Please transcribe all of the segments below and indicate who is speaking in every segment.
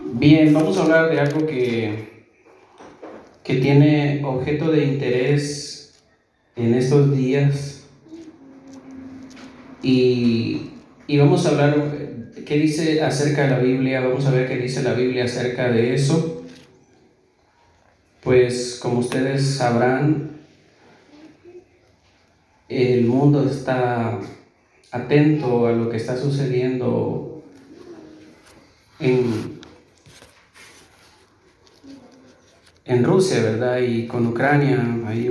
Speaker 1: Bien, vamos a hablar de algo que tiene objeto de interés en estos días y, y vamos a hablar qué dice acerca de la Biblia, vamos a ver qué dice la Biblia acerca de eso. Pues como ustedes sabrán, el mundo está atento a lo que está sucediendo en Rusia, ¿verdad? Y con Ucrania hay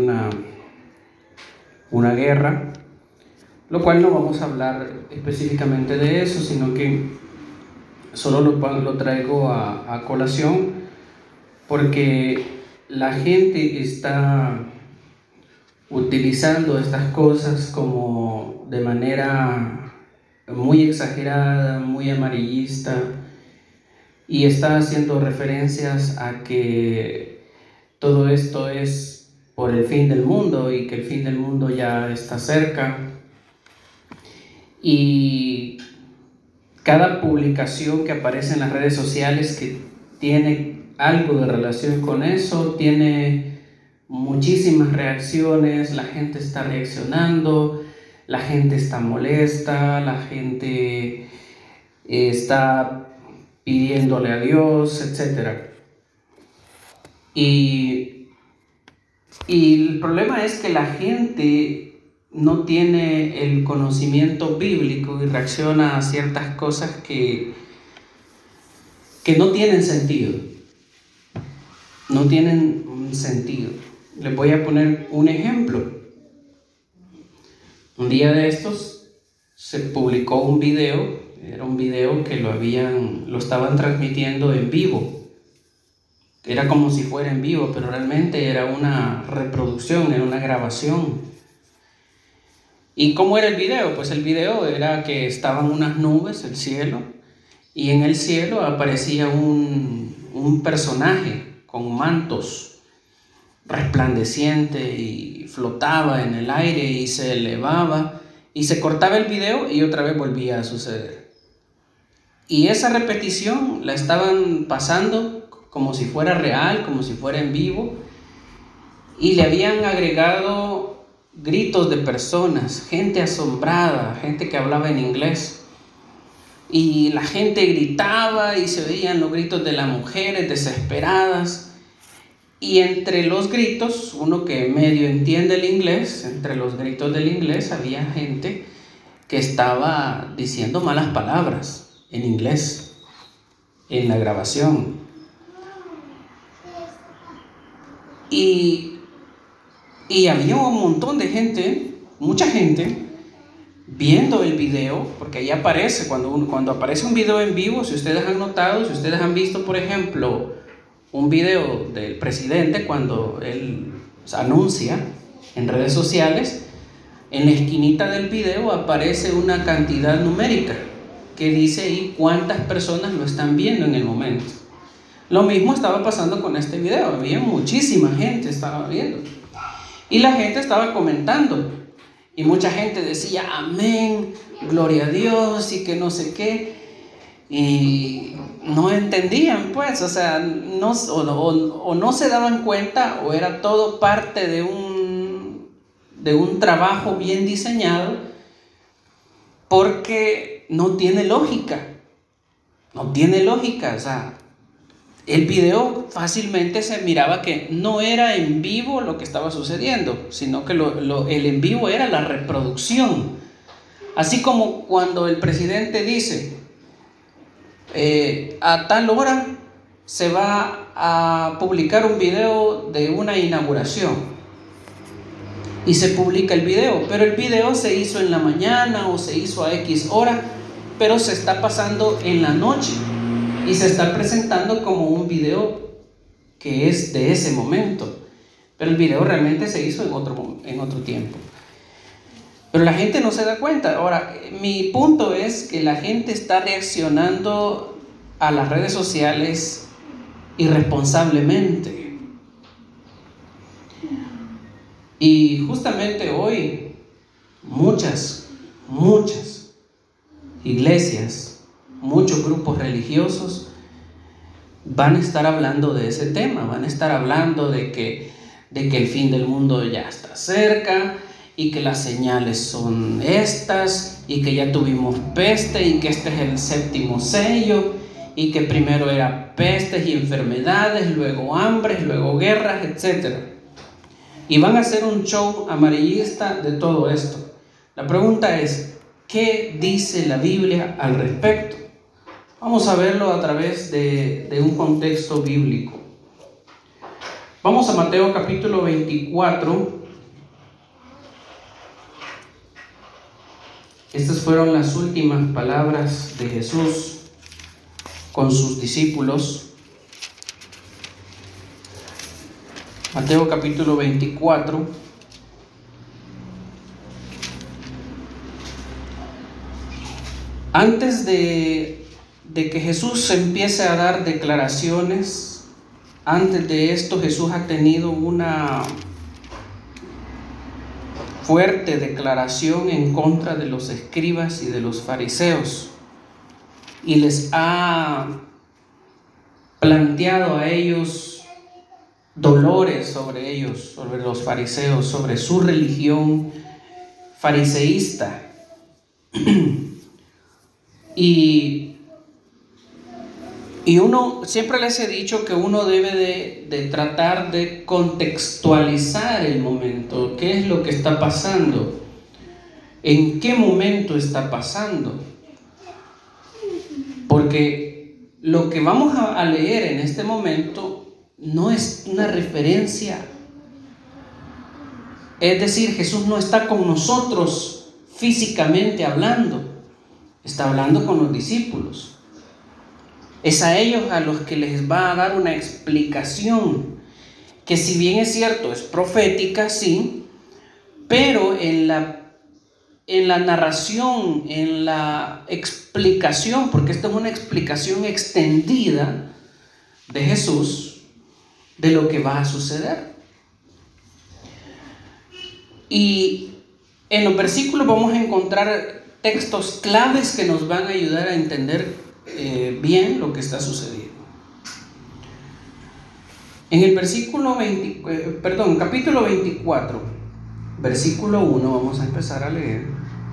Speaker 1: una guerra, lo cual no vamos a hablar específicamente de eso, sino que solo lo traigo a colación porque la gente está utilizando estas cosas como de manera muy exagerada, muy amarillista, y está haciendo referencias a que todo esto es por el fin del mundo y que el fin del mundo ya está cerca. Y cada publicación que aparece en las redes sociales que tiene algo de relación con eso, tiene muchísimas reacciones, la gente está reaccionando, la gente está molesta, la gente está pidiéndole a Dios, etc. Y el problema es que la gente no tiene el conocimiento bíblico y reacciona a ciertas cosas que no tienen sentido. No tienen un sentido. Les voy a poner un ejemplo. Un día de estos se publicó un video, era un video que lo estaban transmitiendo en vivo. Era como si fuera en vivo, pero realmente era una reproducción, era una grabación. ¿Y cómo era el video? Pues el video era que estaban unas nubes, el cielo, y en el cielo aparecía un personaje con mantos resplandeciente y flotaba en el aire y se elevaba, y se cortaba el video y otra vez volvía a suceder. Y esa repetición la estaban pasando como si fuera real, como si fuera en vivo, y le habían agregado gritos de personas, gente asombrada, gente que hablaba en inglés, y la gente gritaba y se veían los gritos de las mujeres desesperadas, y entre los gritos, uno que medio entiende el inglés, entre los gritos del inglés había gente que estaba diciendo malas palabras en inglés en la grabación. Y había un montón de gente, mucha gente, viendo el video, porque ahí aparece, cuando aparece un video en vivo, si ustedes han notado, si ustedes han visto, por ejemplo, un video del presidente cuando él anuncia en redes sociales, en la esquinita del video aparece una cantidad numérica que dice ahí cuántas personas lo están viendo en el momento. Lo mismo estaba pasando con este video, había muchísima gente estaba viendo. Y la gente estaba comentando. Y mucha gente decía, amén, gloria a Dios y que no sé qué. Y no entendían, pues, o sea, no se daban cuenta, o era todo parte de un trabajo bien diseñado, porque no tiene lógica. No tiene lógica, o sea, el video fácilmente se miraba que no era en vivo lo que estaba sucediendo, sino que el en vivo era la reproducción. Así como cuando el presidente dice, a tal hora se va a publicar un video de una inauguración, y se publica el video, pero el video se hizo en la mañana o se hizo a X hora, pero se está pasando en la noche y se está presentando como un video que es de ese momento, pero el video realmente se hizo en otro tiempo. Pero la gente no se da cuenta. Ahora, mi punto es que la gente está reaccionando a las redes sociales irresponsablemente. Y justamente hoy muchas iglesias, muchos grupos religiosos van a estar hablando de ese tema, van a estar hablando de que el fin del mundo ya está cerca y que las señales son estas y que ya tuvimos peste y que este es el séptimo sello y que primero era pestes y enfermedades, luego hambres, luego guerras, etc. Y van a hacer un show amarillista de todo esto. La pregunta es, ¿qué dice la Biblia al respecto? Vamos a verlo a través de un contexto bíblico. Vamos a Mateo capítulo 24. Estas fueron las últimas palabras de Jesús con sus discípulos. Mateo capítulo 24. Antes de que Jesús empiece a dar declaraciones, antes de esto Jesús ha tenido una fuerte declaración en contra de los escribas y de los fariseos, y les ha planteado a ellos dolores sobre ellos, sobre los fariseos, sobre su religión fariseísta. Y uno, siempre les he dicho que uno debe de tratar de contextualizar el momento. ¿Qué es lo que está pasando? ¿En qué momento está pasando? Porque lo que vamos a leer en este momento no es una referencia. Es decir, Jesús no está con nosotros físicamente hablando. Está hablando con los discípulos. Es a ellos a los que les va a dar una explicación que, si bien es cierto, es profética, sí, pero en la narración, en la explicación, porque esta es una explicación extendida de Jesús de lo que va a suceder. Y en los versículos vamos a encontrar textos claves que nos van a ayudar a entender bien lo que está sucediendo. En el capítulo 24, versículo 1, vamos a empezar a leer.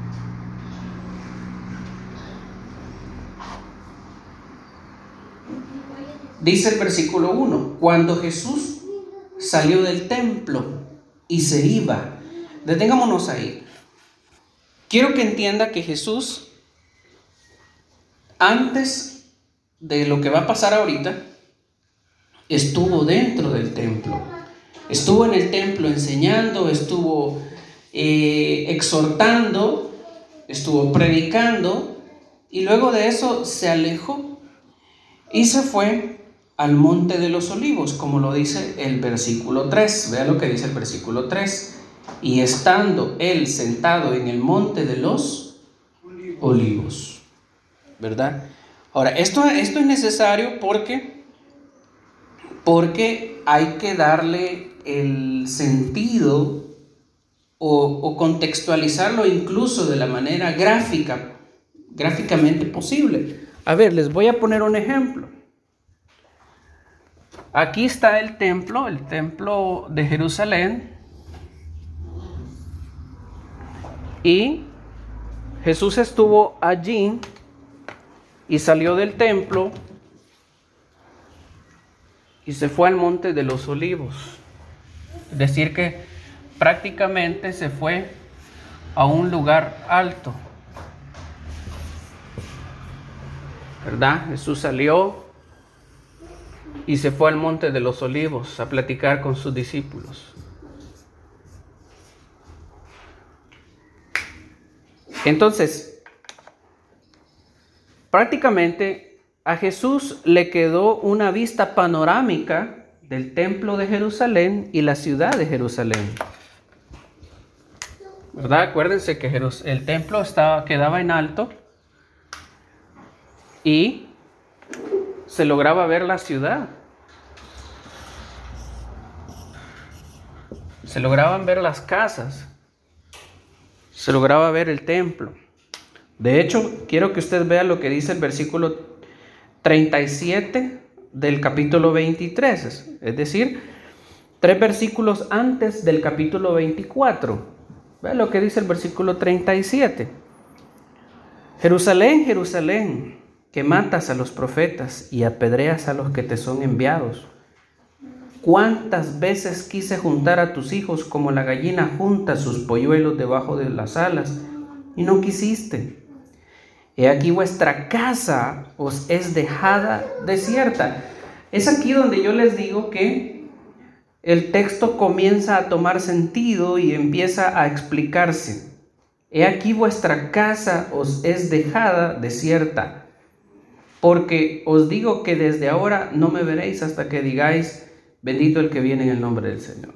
Speaker 1: Dice el versículo 1: cuando Jesús salió del templo y se iba. Detengámonos ahí. Quiero que entienda que Jesús, antes de lo que va a pasar ahorita, estuvo dentro del templo. Estuvo en el templo enseñando, estuvo exhortando, estuvo predicando, y luego de eso se alejó y se fue al monte de los olivos, como lo dice el versículo 3. Vea lo que dice el versículo 3. Y estando él sentado en el monte de los olivos. ¿Verdad? Ahora, esto es necesario porque hay que darle el sentido o contextualizarlo incluso de la manera gráficamente posible. A ver, les voy a poner un ejemplo. Aquí está el templo de Jerusalén, y Jesús estuvo allí y salió del templo y se fue al monte de los olivos. Es decir, que prácticamente se fue a un lugar alto, ¿verdad? Jesús salió y se fue al monte de los olivos a platicar con sus discípulos. Entonces, prácticamente a Jesús le quedó una vista panorámica del templo de Jerusalén y la ciudad de Jerusalén, ¿verdad? Acuérdense que el templo quedaba en alto y se lograba ver la ciudad. Se lograban ver las casas. Se lograba ver el templo. De hecho, quiero que usted vea lo que dice el versículo 37 del capítulo 23, es decir, 3 versículos antes del capítulo 24. Vean lo que dice el versículo 37. Jerusalén, Jerusalén, que matas a los profetas y apedreas a los que te son enviados. ¿Cuántas veces quise juntar a tus hijos como la gallina junta sus polluelos debajo de las alas, y no quisiste? He aquí vuestra casa os es dejada desierta. Es aquí donde yo les digo que el texto comienza a tomar sentido y empieza a explicarse. He aquí vuestra casa os es dejada desierta, porque os digo que desde ahora no me veréis hasta que digáis: bendito el que viene en el nombre del Señor.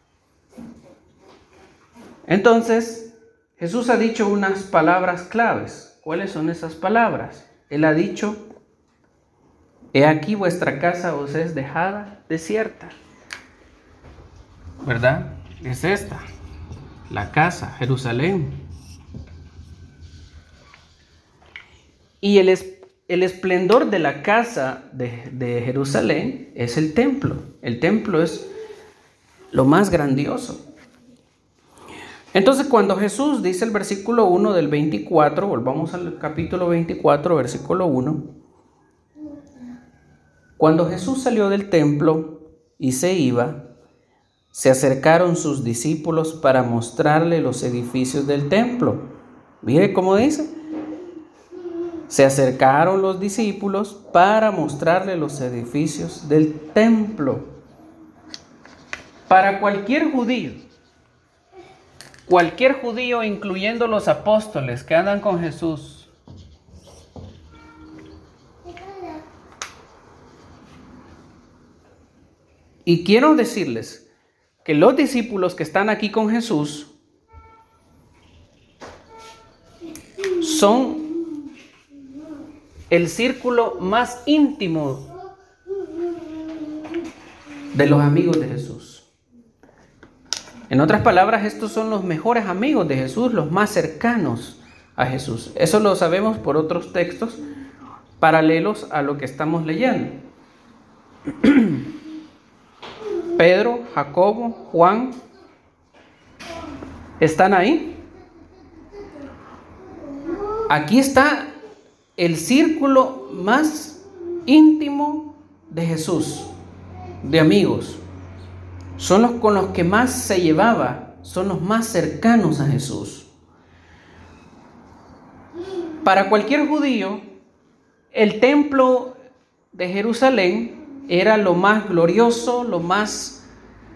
Speaker 1: Entonces, Jesús ha dicho unas palabras claves. ¿Cuáles son esas palabras? Él ha dicho: he aquí vuestra casa os es dejada desierta. ¿Verdad? Es esta, la casa, Jerusalén. Y el esplendor de la casa de Jerusalén es el templo. El templo es lo más grandioso. Entonces, cuando Jesús dice el versículo 1 del 24, volvamos al capítulo 24, versículo 1. Cuando Jesús salió del templo y se iba, se acercaron sus discípulos para mostrarle los edificios del templo. Mire cómo dice. Se acercaron los discípulos para mostrarle los edificios del templo. Para cualquier judío, incluyendo los apóstoles que andan con Jesús, y quiero decirles que los discípulos que están aquí con Jesús son el círculo más íntimo de los amigos de Jesús. En otras palabras, estos son los mejores amigos de Jesús, los más cercanos a Jesús. Eso lo sabemos por otros textos paralelos a lo que estamos leyendo. Pedro, Jacobo, Juan, ¿están ahí? Aquí está el círculo más íntimo de Jesús, de amigos. Son los con los que más se llevaba, son los más cercanos a Jesús. Para cualquier judío, el templo de Jerusalén era lo más glorioso, lo más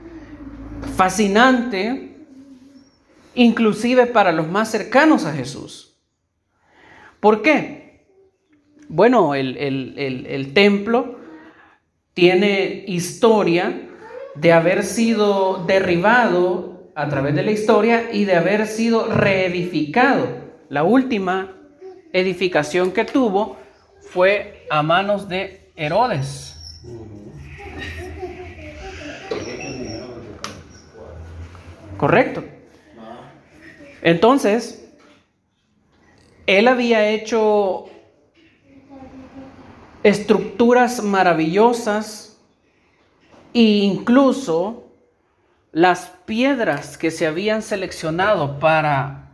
Speaker 1: fascinante, inclusive para los más cercanos a Jesús. ¿Por qué? Bueno, el templo tiene historia de haber sido derribado a través de la historia y de haber sido reedificado. La última edificación que tuvo fue a manos de Herodes. Correcto. Entonces, él había hecho estructuras maravillosas e incluso las piedras que se habían seleccionado para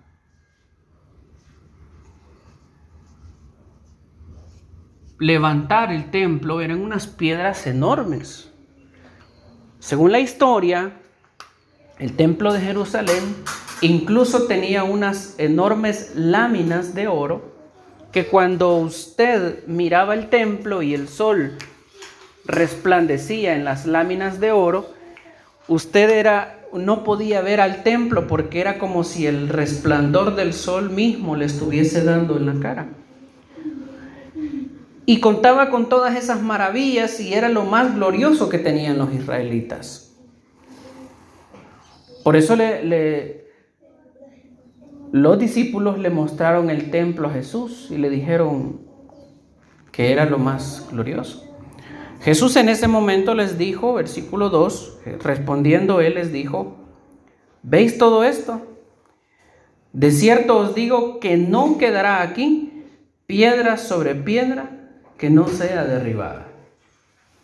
Speaker 1: levantar el templo eran unas piedras enormes. Según la historia, el templo de Jerusalén incluso tenía unas enormes láminas de oro que cuando usted miraba el templo y el sol resplandecía en las láminas de oro, usted no podía ver al templo porque era como si el resplandor del sol mismo le estuviese dando en la cara. Y contaba con todas esas maravillas y era lo más glorioso que tenían los israelitas. Por eso los discípulos le mostraron el templo a Jesús y le dijeron que era lo más glorioso. Jesús en ese momento les dijo, versículo 2, respondiendo él les dijo: ¿veis todo esto? De cierto os digo que no quedará aquí piedra sobre piedra que no sea derribada.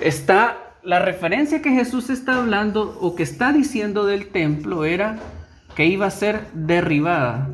Speaker 1: La referencia que Jesús está hablando o que está diciendo del templo era que iba a ser derribada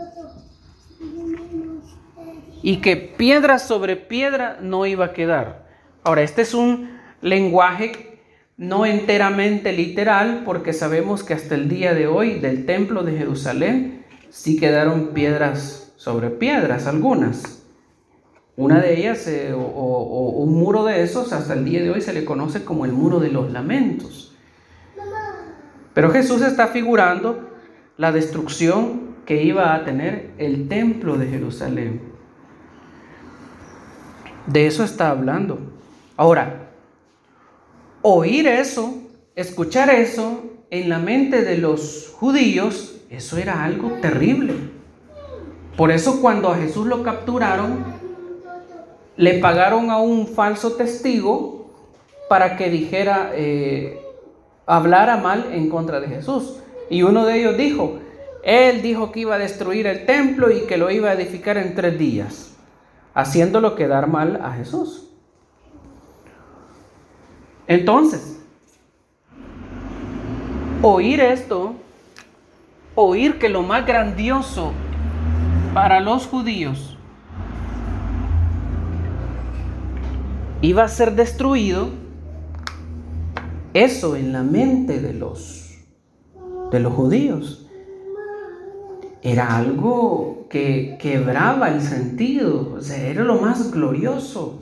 Speaker 1: y que piedra sobre piedra no iba a quedar. Ahora, este es un lenguaje no enteramente literal, porque sabemos que hasta el día de hoy del templo de Jerusalén sí quedaron piedras sobre piedras, algunas. Una de ellas, o un muro de esos, hasta el día de hoy se le conoce como el muro de los lamentos. Pero Jesús está figurando la destrucción que iba a tener el templo de Jerusalén. De eso está hablando. Ahora, oír eso, escuchar eso en la mente de los judíos, eso era algo terrible. Por eso cuando a Jesús lo capturaron, le pagaron a un falso testigo para que dijera, hablara mal en contra de Jesús. Y uno de ellos dijo, él dijo que iba a destruir el templo y que lo iba a edificar en 3 días, haciéndolo quedar mal a Jesús. Entonces, oír esto, oír que lo más grandioso para los judíos iba a ser destruido, eso en la mente de los judíos era algo que quebraba el sentido, o sea, era lo más glorioso,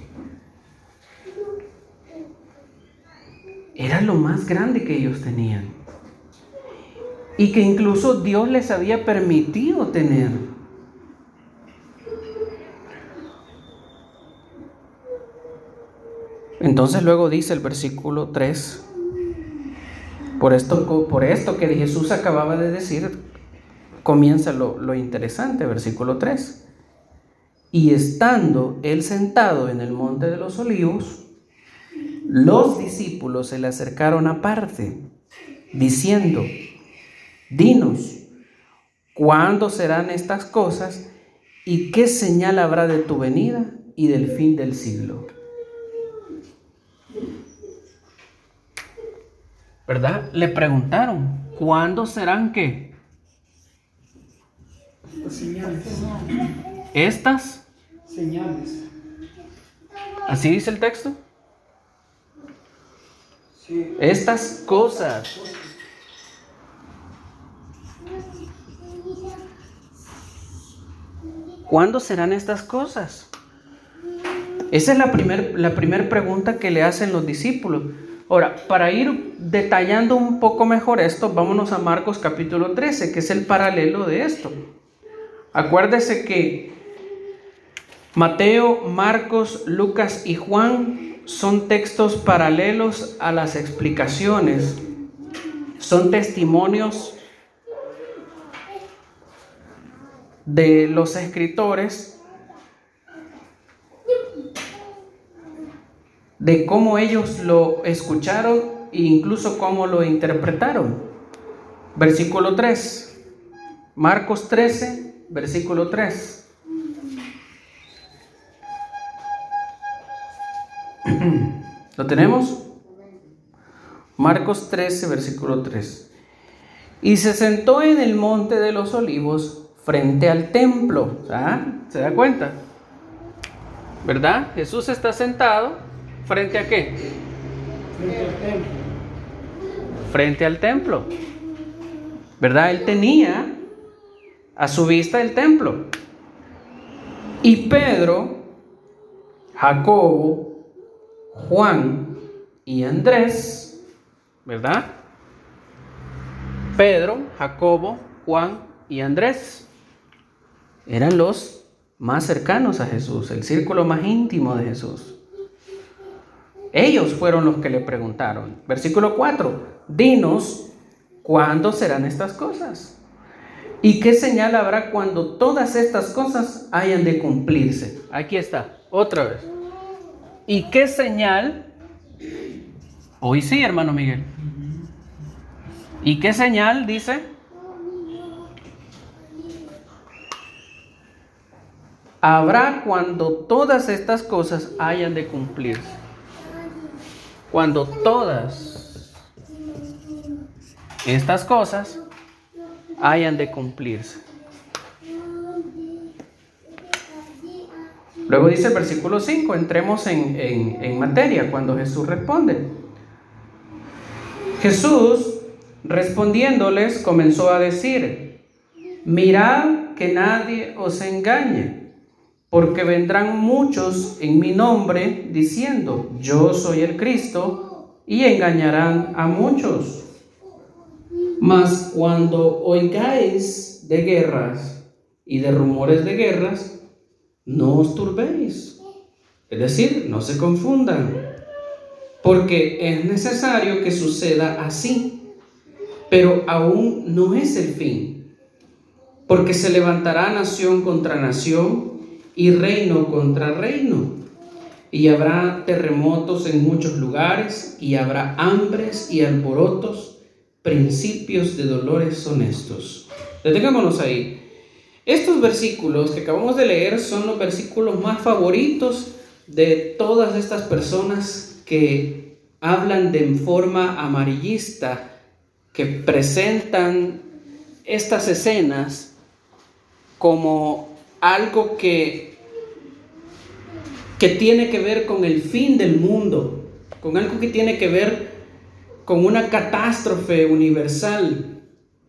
Speaker 1: era lo más grande que ellos tenían y que incluso Dios les había permitido tener. Entonces luego dice el versículo 3, por esto que Jesús acababa de decir, comienza lo interesante, versículo 3. Y estando él sentado en el monte de los olivos, los discípulos se le acercaron aparte, diciendo, dinos, ¿cuándo serán estas cosas? ¿Y qué señal habrá de tu venida y del fin del siglo? ¿Verdad? Le preguntaron, ¿cuándo serán qué?
Speaker 2: Señales.
Speaker 1: Estas
Speaker 2: Señales.
Speaker 1: ¿Así dice el texto?
Speaker 2: Sí.
Speaker 1: Estas cosas. ¿Cuándo serán estas cosas? Esa es la primer pregunta que le hacen los discípulos. Ahora, para ir detallando un poco mejor esto, vámonos a Marcos capítulo 13, que es el paralelo de esto. Acuérdese que Mateo, Marcos, Lucas y Juan son textos paralelos a las explicaciones. Son testimonios de los escritores de cómo ellos lo escucharon e incluso cómo lo interpretaron. Versículo 3, Marcos 13, versículo 3. ¿Lo tenemos? Marcos 13, versículo 3. Y se sentó en el monte de los olivos frente al templo. ¿Se da cuenta? ¿Verdad? Jesús está sentado. ¿Frente a qué?
Speaker 2: Frente al templo.
Speaker 1: Frente al templo. ¿Verdad? Él tenía a su vista el templo. Y Pedro, Jacobo, Juan y Andrés, ¿verdad? Pedro, Jacobo, Juan y Andrés eran los más cercanos a Jesús, el círculo más íntimo de Jesús. Ellos fueron los que le preguntaron. Versículo 4. Dinos, ¿cuándo serán estas cosas? ¿Y qué señal habrá cuando todas estas cosas hayan de cumplirse? Aquí está, otra vez. ¿Y qué señal? Hoy sí, hermano Miguel. ¿Y qué señal dice? Habrá cuando todas estas cosas hayan de cumplirse. cuando todas estas cosas hayan de cumplirse. Luego dice el versículo 5, entremos en materia, cuando Jesús responde. Jesús, respondiéndoles, comenzó a decir: mirad que nadie os engañe, porque vendrán muchos en mi nombre diciendo: yo soy el Cristo, y engañarán a muchos. Mas cuando oigáis de guerras y de rumores de guerras, no os turbéis, es decir, no se confundan, porque es necesario que suceda así, pero aún no es el fin, porque se levantará nación contra nación y reino contra reino, y habrá terremotos en muchos lugares, y habrá hambres y alborotos, principios de dolores son estos. Detengámonos ahí. Estos versículos que acabamos de leer son los versículos más favoritos de todas estas personas que hablan de forma amarillista, que presentan estas escenas como algo que tiene que ver con el fin del mundo, con algo que tiene que ver con una catástrofe universal.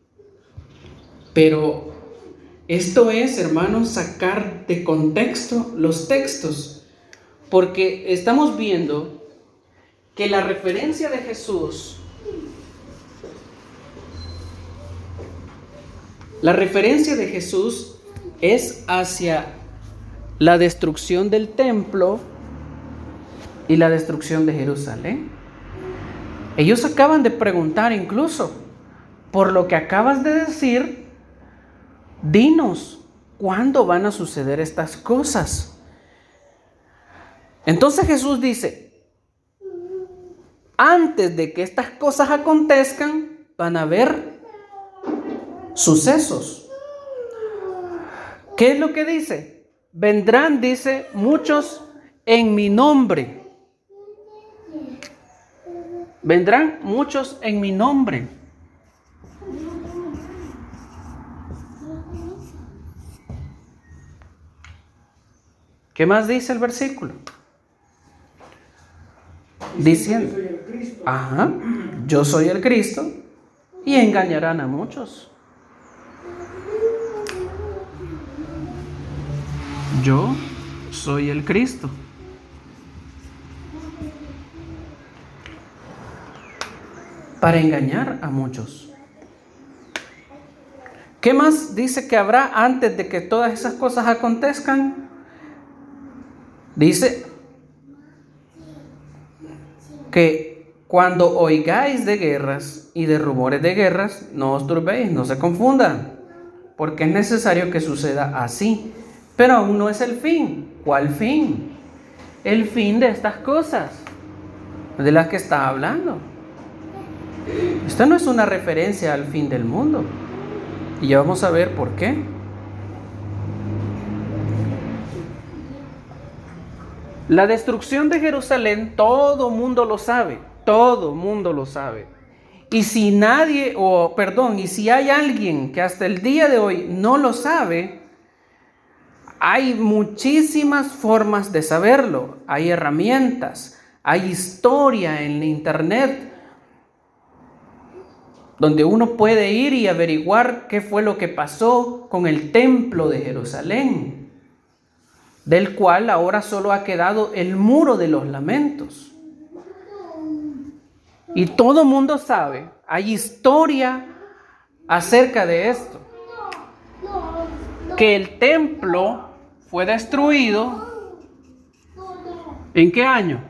Speaker 1: Pero esto es, hermanos, sacar de contexto los textos, porque estamos viendo que la referencia de Jesús, es hacia la destrucción del templo y la destrucción de Jerusalén. Ellos acaban de preguntar incluso, por lo que acabas de decir, dinos, ¿cuándo van a suceder estas cosas? Entonces Jesús dice, antes de que estas cosas acontezcan, van a haber sucesos. ¿Qué es lo que dice? Vendrán, dice, muchos en mi nombre. Vendrán muchos en mi nombre. ¿Qué más dice el versículo? Diciendo, yo soy el Cristo, y engañarán a muchos. Yo soy el Cristo. Para engañar a muchos. ¿Qué más dice que habrá antes de que todas esas cosas acontezcan? Dice que cuando oigáis de guerras y de rumores de guerras, no os turbéis, no se confundan, porque es necesario que suceda así, pero aún no es el fin. ¿Cuál fin? El fin de estas cosas de las que está hablando. Esto no es una referencia al fin del mundo, y ya vamos a ver por qué. La destrucción de Jerusalén, todo mundo lo sabe, todo mundo lo sabe. Y si y si hay alguien que hasta el día de hoy no lo sabe, hay muchísimas formas de saberlo. Hay herramientas, hay historia en la internet, donde uno puede ir y averiguar qué fue lo que pasó con el templo de Jerusalén, del cual ahora solo ha quedado el muro de los lamentos. Y todo mundo sabe, hay historia acerca de esto, que el templo fue destruido. ¿En qué año?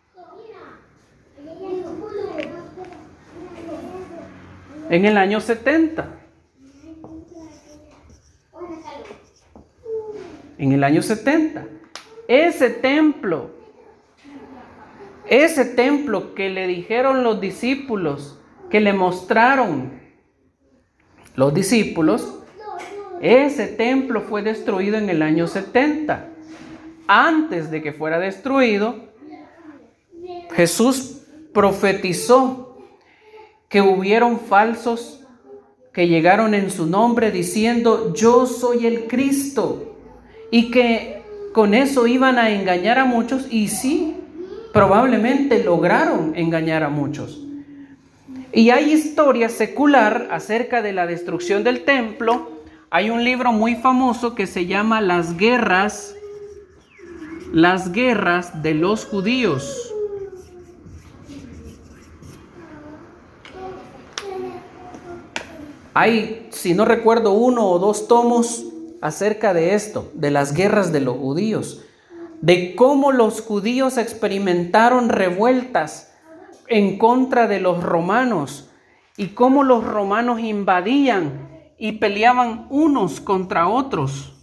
Speaker 1: En el año 70. En el año 70. Ese templo que le dijeron los discípulos, que le mostraron los discípulos, ese templo fue destruido en el año 70. Antes de que fuera destruido, Jesús profetizó que hubieron falsos que llegaron en su nombre diciendo: yo soy el Cristo, y que con eso iban a engañar a muchos, y sí, probablemente lograron engañar a muchos. Y hay historia secular acerca de la destrucción del templo. Hay un libro muy famoso que se llama Las guerras de los judíos. Hay, si no recuerdo, 1 o 2 tomos acerca de esto, de las guerras de los judíos, de cómo los judíos experimentaron revueltas en contra de los romanos y cómo los romanos invadían y peleaban unos contra otros.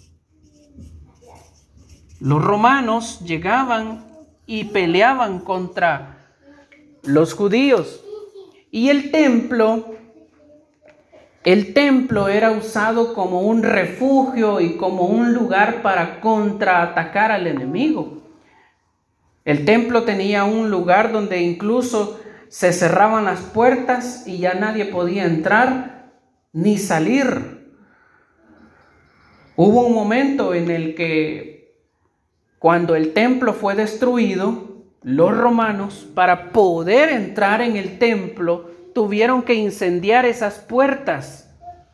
Speaker 1: Los romanos llegaban y peleaban contra los judíos. Y el templo era usado como un refugio y como un lugar para contraatacar al enemigo. El templo tenía un lugar donde incluso se cerraban las puertas y ya nadie podía entrar ni salir. Hubo un momento en el que, cuando el templo fue destruido, los romanos, para poder entrar en el templo, tuvieron que incendiar esas puertas,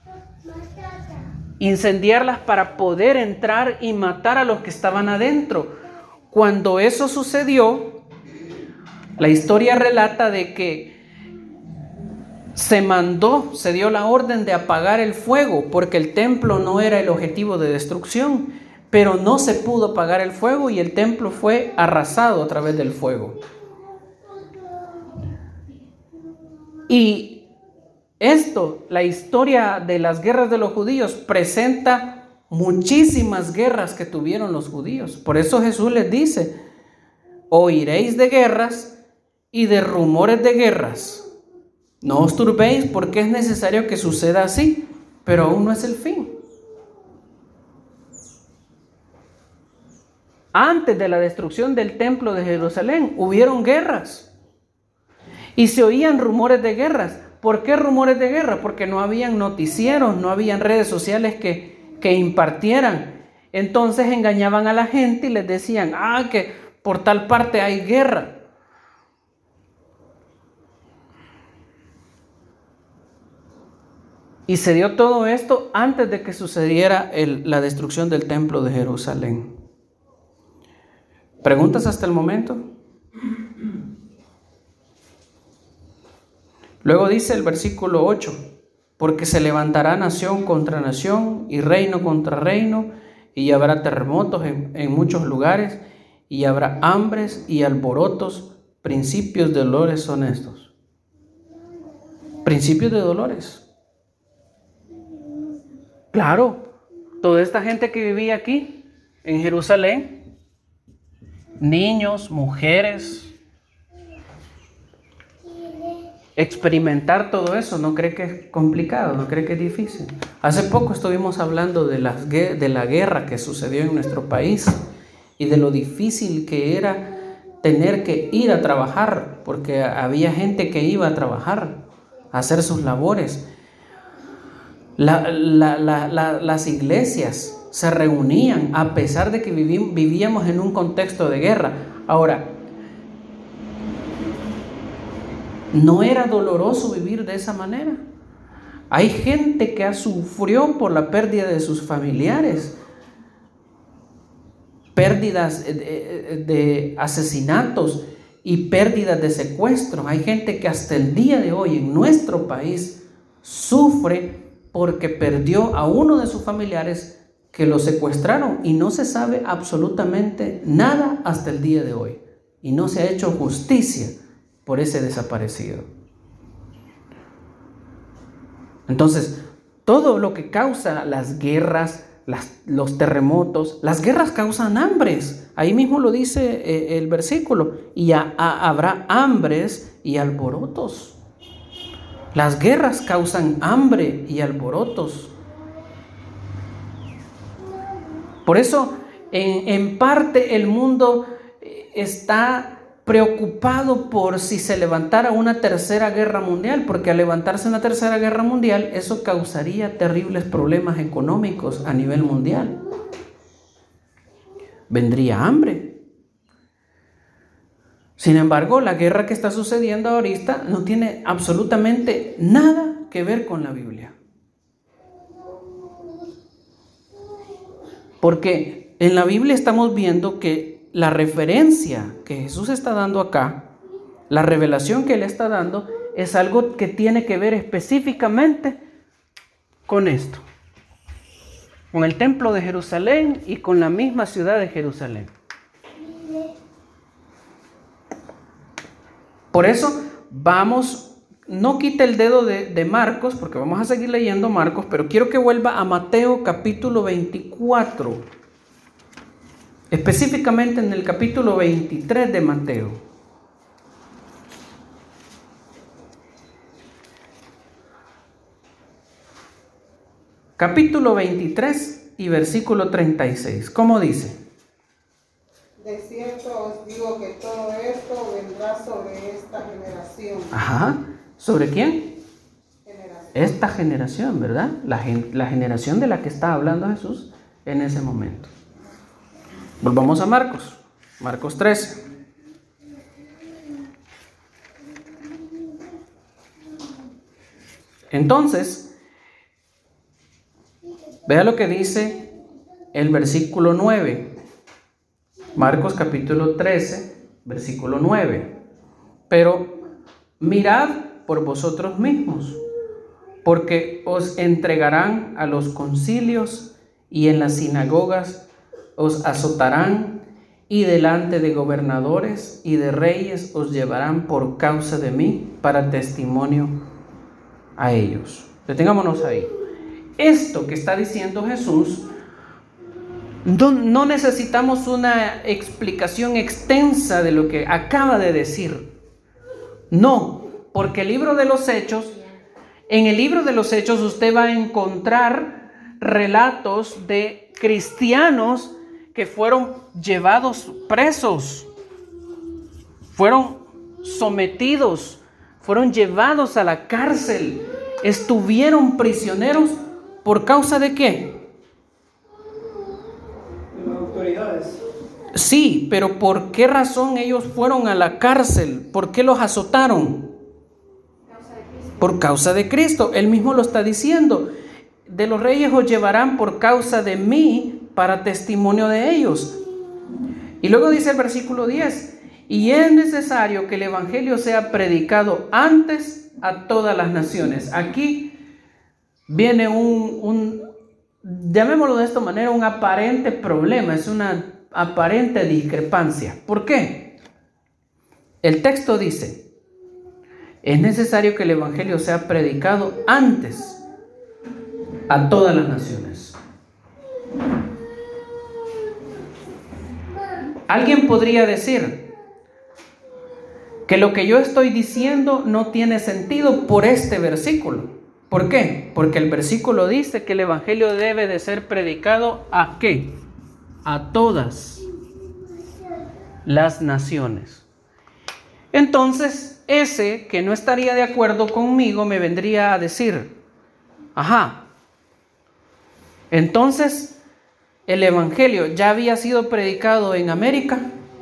Speaker 1: incendiarlas para poder entrar y matar a los que estaban adentro. Cuando eso sucedió, la historia relata de que se dio la orden de apagar el fuego, porque el templo no era el objetivo de destrucción, pero no se pudo apagar el fuego y el templo fue arrasado a través del fuego. Y esto, la historia de las guerras de los judíos, presenta muchísimas guerras que tuvieron los judíos. Por eso Jesús les dice: oiréis de guerras y de rumores de guerras. No os turbéis, porque es necesario que suceda así, pero aún no es el fin. Antes de la destrucción del templo de Jerusalén, hubieron guerras. Y se oían rumores de guerras. ¿Por qué rumores de guerra? Porque no habían noticieros, no habían redes sociales que impartieran. Entonces engañaban a la gente y les decían: que por tal parte hay guerra. Y se dio todo esto antes de que sucediera la destrucción del templo de Jerusalén. ¿Preguntas hasta el momento? Luego dice el versículo 8: porque se levantará nación contra nación y reino contra reino, y habrá terremotos en muchos lugares, y habrá hambres y alborotos. Principios de dolores son estos. Principios de dolores. Claro, toda esta gente que vivía aquí en Jerusalén, niños, mujeres, experimentar todo eso, ¿no cree que es complicado? ¿No cree que es difícil? Hace poco estuvimos hablando de la guerra que sucedió en nuestro país y de lo difícil que era tener que ir a trabajar, porque había gente que iba a trabajar, a hacer sus labores. Las iglesias se reunían a pesar de que vivíamos en un contexto de guerra. Ahora, ¿no era doloroso vivir de esa manera? Hay gente que sufrió por la pérdida de sus familiares, pérdidas de asesinatos y pérdidas de secuestros. Hay gente que hasta el día de hoy en nuestro país sufre porque perdió a uno de sus familiares que lo secuestraron y no se sabe absolutamente nada hasta el día de hoy. Y no se ha hecho justicia por ese desaparecido. Entonces, todo lo que causa las guerras, los terremotos, las guerras causan hambres. Ahí mismo lo dice el versículo. Y habrá hambres y alborotos. Las guerras causan hambre y alborotos. Por eso, en parte, el mundo está preocupado por si se levantara una tercera guerra mundial, porque al levantarse una tercera guerra mundial, eso causaría terribles problemas económicos a nivel mundial. Vendría hambre. Sin embargo, la guerra que está sucediendo ahorita no tiene absolutamente nada que ver con la Biblia. Porque en la Biblia estamos viendo que la referencia que Jesús está dando acá, la revelación que Él está dando, es algo que tiene que ver específicamente con esto, con el templo de Jerusalén y con la misma ciudad de Jerusalén. Por eso vamos, no quite el dedo de Marcos, porque vamos a seguir leyendo Marcos, pero quiero que vuelva a Mateo capítulo 24. Específicamente en el capítulo 23 de Mateo. Capítulo 23 y versículo 36. ¿Cómo dice?
Speaker 3: De cierto os digo que todo esto vendrá sobre esta generación.
Speaker 1: Ajá. ¿Sobre quién?
Speaker 3: Generación.
Speaker 1: Esta generación, ¿verdad? La generación de la que está hablando Jesús en ese momento. Volvamos a Marcos. Marcos 13. Entonces, vea lo que dice el versículo 9. Marcos capítulo 13, versículo 9. Pero mirad por vosotros mismos, porque os entregarán a los concilios y en las sinagogas os azotarán y delante de gobernadores y de reyes os llevarán por causa de mí para testimonio a ellos. Detengámonos ahí. Esto que está diciendo Jesús, no necesitamos una explicación extensa de lo que acaba de decir. No, porque el libro de los Hechos, en el libro de los Hechos usted va a encontrar relatos de cristianos que fueron llevados presos, fueron sometidos, fueron llevados a la cárcel, estuvieron prisioneros ¿por causa de qué?
Speaker 2: De las autoridades.
Speaker 1: Sí, pero ¿por qué razón ellos fueron a la cárcel? ¿Por qué los azotaron? Por causa de Cristo. Él mismo lo está diciendo. De los reyes os llevarán por causa de mí para testimonio de ellos. Y luego dice el versículo 10, y es necesario que el evangelio sea predicado antes a todas las naciones. Aquí viene llamémoslo de esta manera, un aparente problema, es una aparente discrepancia. ¿Por qué? El texto dice, es necesario que el evangelio sea predicado antes a todas las naciones. Alguien podría decir que lo que yo estoy diciendo no tiene sentido por este versículo. ¿Por qué? Porque el versículo dice que el evangelio debe de ser predicado ¿a qué? A todas las naciones. Entonces, ese que no estaría de acuerdo conmigo me vendría a decir, ajá, entonces el evangelio ya había sido predicado en América.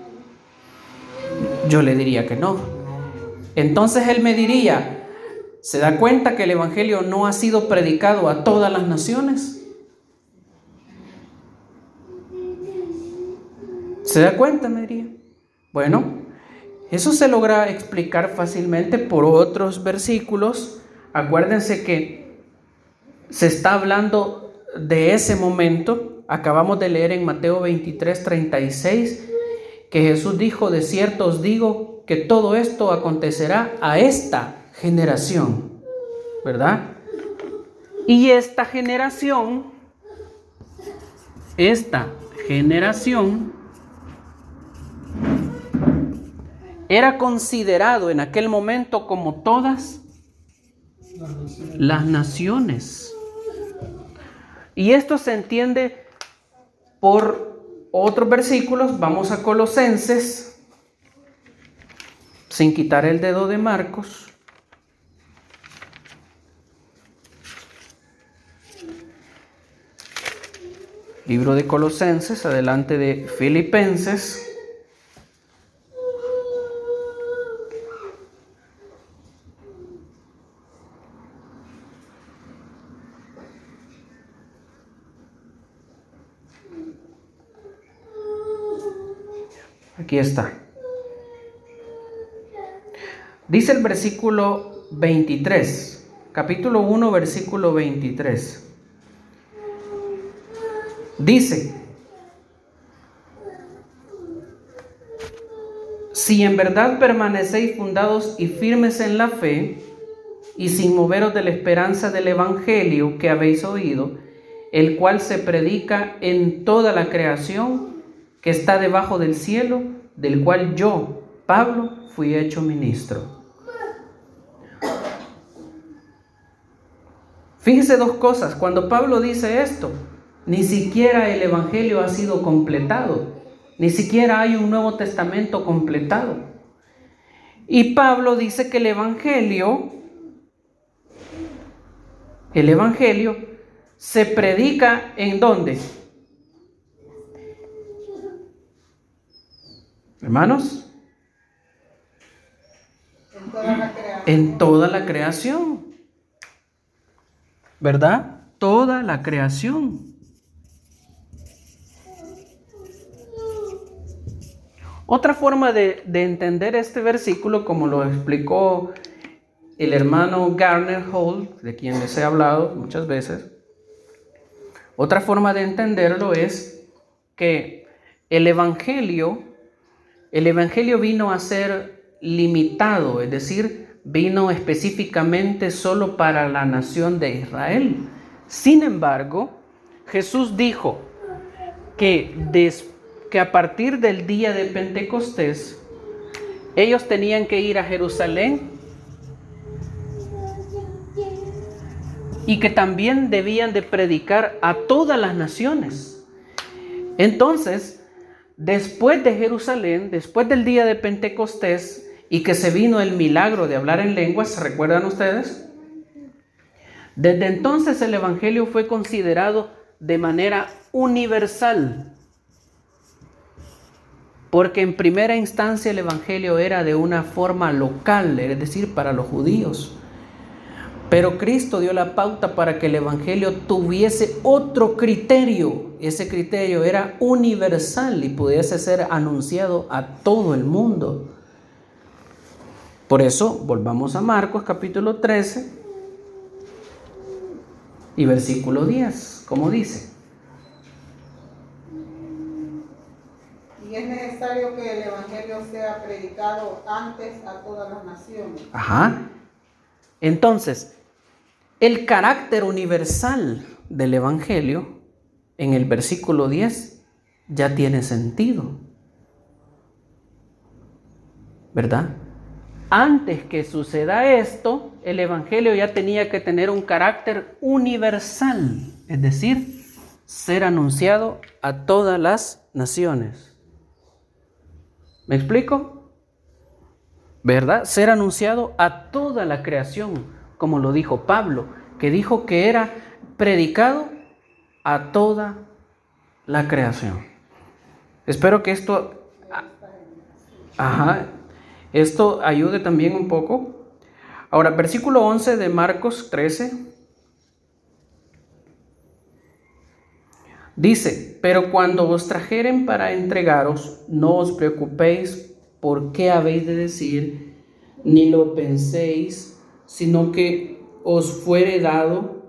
Speaker 1: Yo le diría que no. Entonces él me diría, ¿se da cuenta que el evangelio no ha sido predicado a todas las naciones? ¿Se da cuenta? Me diría. Bueno, eso se logra explicar fácilmente por otros versículos. Acuérdense que se está hablando de ese momento. Acabamos de leer en Mateo 23, 36, que Jesús dijo, de cierto os digo que todo esto acontecerá a esta generación, ¿verdad? Y esta generación era considerado en aquel momento como todas las naciones. Y esto se entiende por otros versículos. Vamos a Colosenses. sin quitar el dedo de Marcos. Libro de Colosenses, adelante de Filipenses. Aquí está. Dice el versículo 23, capítulo 1, versículo 23. Dice: si en verdad permanecéis fundados y firmes en la fe, y sin moveros de la esperanza del evangelio que habéis oído, el cual se predica en toda la creación que está debajo del cielo, del cual yo, Pablo, fui hecho ministro. Fíjese dos cosas. Cuando Pablo dice esto, ni siquiera el evangelio ha sido completado, ni siquiera hay un Nuevo Testamento completado. Y Pablo dice que el evangelio se predica ¿en dónde? Hermanos, en toda la creación, ¿verdad? Toda la creación. Otra forma de entender este versículo, como lo explicó el hermano Garner Holt, de quien les he hablado muchas veces, otra forma de entenderlo es que el evangelio vino a ser limitado, es decir, vino específicamente solo para la nación de Israel. Sin embargo, Jesús dijo que a partir del día de Pentecostés, ellos tenían que ir a Jerusalén y que también debían de predicar a todas las naciones. Entonces, después de Jerusalén, después del día de Pentecostés, y que se vino el milagro de hablar en lenguas, ¿se recuerdan ustedes? Desde entonces el evangelio fue considerado de manera universal, porque en primera instancia el evangelio era de una forma local, es decir, para los judíos. Pero Cristo dio la pauta para que el evangelio tuviese otro criterio. Ese criterio era universal y pudiese ser anunciado a todo el mundo. Por eso, volvamos a Marcos capítulo 13 y versículo 10, como dice.
Speaker 3: Y es necesario que el evangelio sea predicado antes a todas las naciones.
Speaker 1: Ajá. Entonces, el carácter universal del evangelio en el versículo 10 ya tiene sentido, ¿verdad? Antes que suceda esto, el evangelio ya tenía que tener un carácter universal, es decir, ser anunciado a todas las naciones. ¿Me explico? ¿Verdad? Ser anunciado a toda la creación, como lo dijo Pablo, que dijo que era predicado a toda la creación. Espero que esto ayude también un poco. Ahora, versículo 11 de Marcos 13. Dice: pero cuando os trajeren para entregaros, no os preocupéis por qué habéis de decir, ni lo penséis, sino que os fuere dado,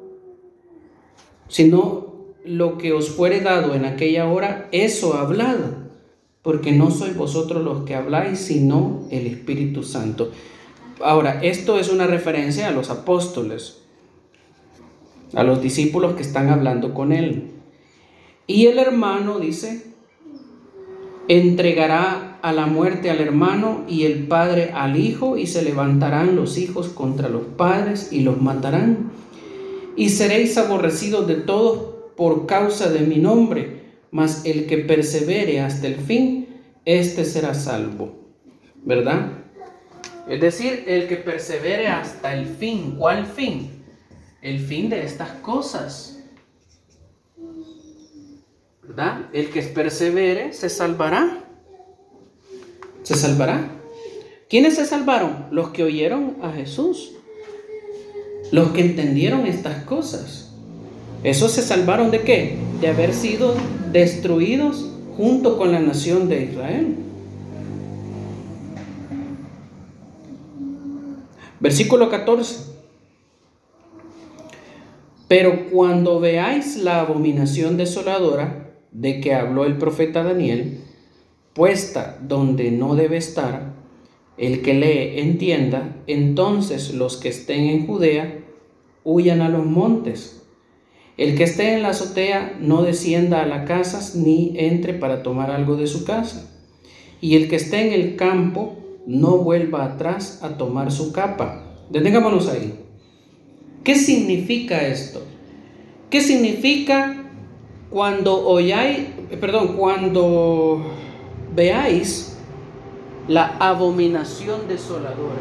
Speaker 1: sino lo que os fuere dado en aquella hora, eso hablad, porque no sois vosotros los que habláis, sino el Espíritu Santo. Ahora, esto es una referencia a los apóstoles, a los discípulos que están hablando con él. Y el hermano, dice, entregará a la muerte al hermano y el padre al hijo, y se levantarán los hijos contra los padres y los matarán. Y seréis aborrecidos de todos por causa de mi nombre, mas el que persevere hasta el fin, éste será salvo. ¿Verdad? Es decir, el que persevere hasta el fin. ¿Cuál fin? El fin de estas cosas. ¿Verdad? El que persevere se salvará. Se salvará. ¿Quiénes se salvaron? Los que oyeron a Jesús. Los que entendieron estas cosas. ¿Esos se salvaron de qué? De haber sido destruidos junto con la nación de Israel. Versículo 14. Pero cuando veáis la abominación desoladora de que habló el profeta Daniel, puesta donde no debe estar, el que lee entienda, entonces los que estén en Judea huyan a los montes. El que esté en la azotea no descienda a las casas ni entre para tomar algo de su casa. Y el que esté en el campo no vuelva atrás a tomar su capa. Detengámonos ahí. ¿Qué significa esto? ¿Qué significa cuando veáis la abominación desoladora?